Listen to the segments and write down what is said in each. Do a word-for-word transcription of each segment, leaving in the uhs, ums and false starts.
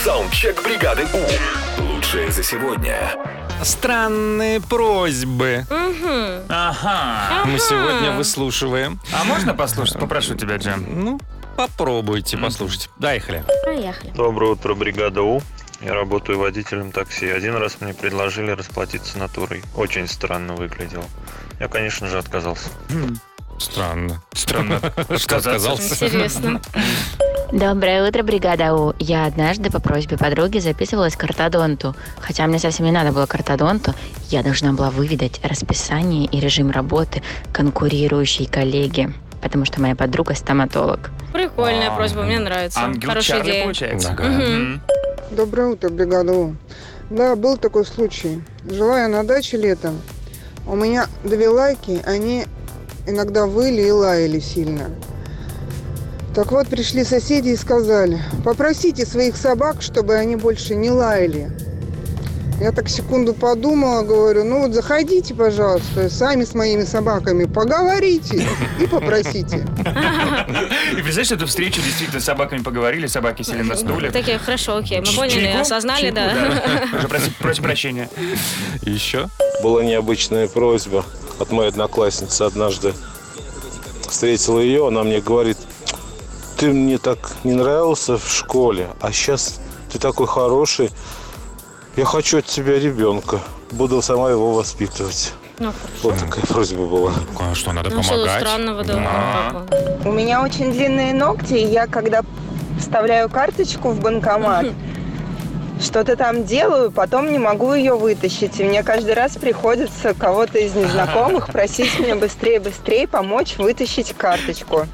Саундчек бригады У. Лучшее за сегодня. Странные просьбы. Угу. Ага. Мы сегодня выслушиваем. А можно послушать? Попрошу тебя, Джем. Ну, попробуйте послушать. Поехали. Поехали. Доброе утро, бригада У. Я работаю водителем такси. Один раз мне предложили расплатиться натурой. Очень странно выглядело. Я, конечно же, отказался. Странно. Странно. Что отказался? Интересно. Доброе утро, бригада У. Я однажды по просьбе подруги записывалась к ортодонту. Хотя мне совсем не надо было к ортодонту, я должна была выведать расписание и режим работы конкурирующей коллеги, потому что моя подруга стоматолог. Прикольная А, просьба, мне нравится. Ангел Хорошая Чарли, идея. получается. Ага. Мгм. Доброе утро, бригада У. Да, был такой случай. Жила я на даче летом. У меня две лайки, они иногда выли и лаяли сильно. Так вот, пришли соседи и сказали: попросите своих собак, чтобы они больше не лаяли. Я так секунду подумала, говорю: ну вот заходите, пожалуйста, сами с моими собаками поговорите и попросите. И представляешь, эту встречу действительно с собаками поговорили, собаки сели на стуле. Такие, хорошо, окей, мы Ч- поняли, чайку? осознали, Чайку, да. Уже проси- просим прощения. Еще? Была необычная просьба от моей одноклассницы. Однажды встретила ее, она мне говорит: ты мне так не нравился в школе, а сейчас ты такой хороший. Я хочу от тебя ребенка. Буду сама его воспитывать. Ну, Вот такая просьба была. А что, надо Ну, что помогать? странного, да. Да. Как У меня очень длинные ногти, и я, когда вставляю карточку в банкомат, что-то там делаю, потом не могу ее вытащить. И мне каждый раз приходится кого-то из незнакомых просить меня быстрее-быстрее помочь вытащить карточку.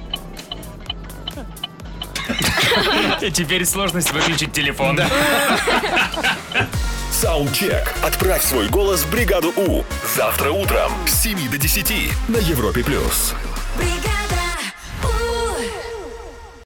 И теперь сложность выключить телефон. Саундчек. Отправь свой голос в бригаду У. Завтра утром с семи до десяти на Европе плюс. Бригада!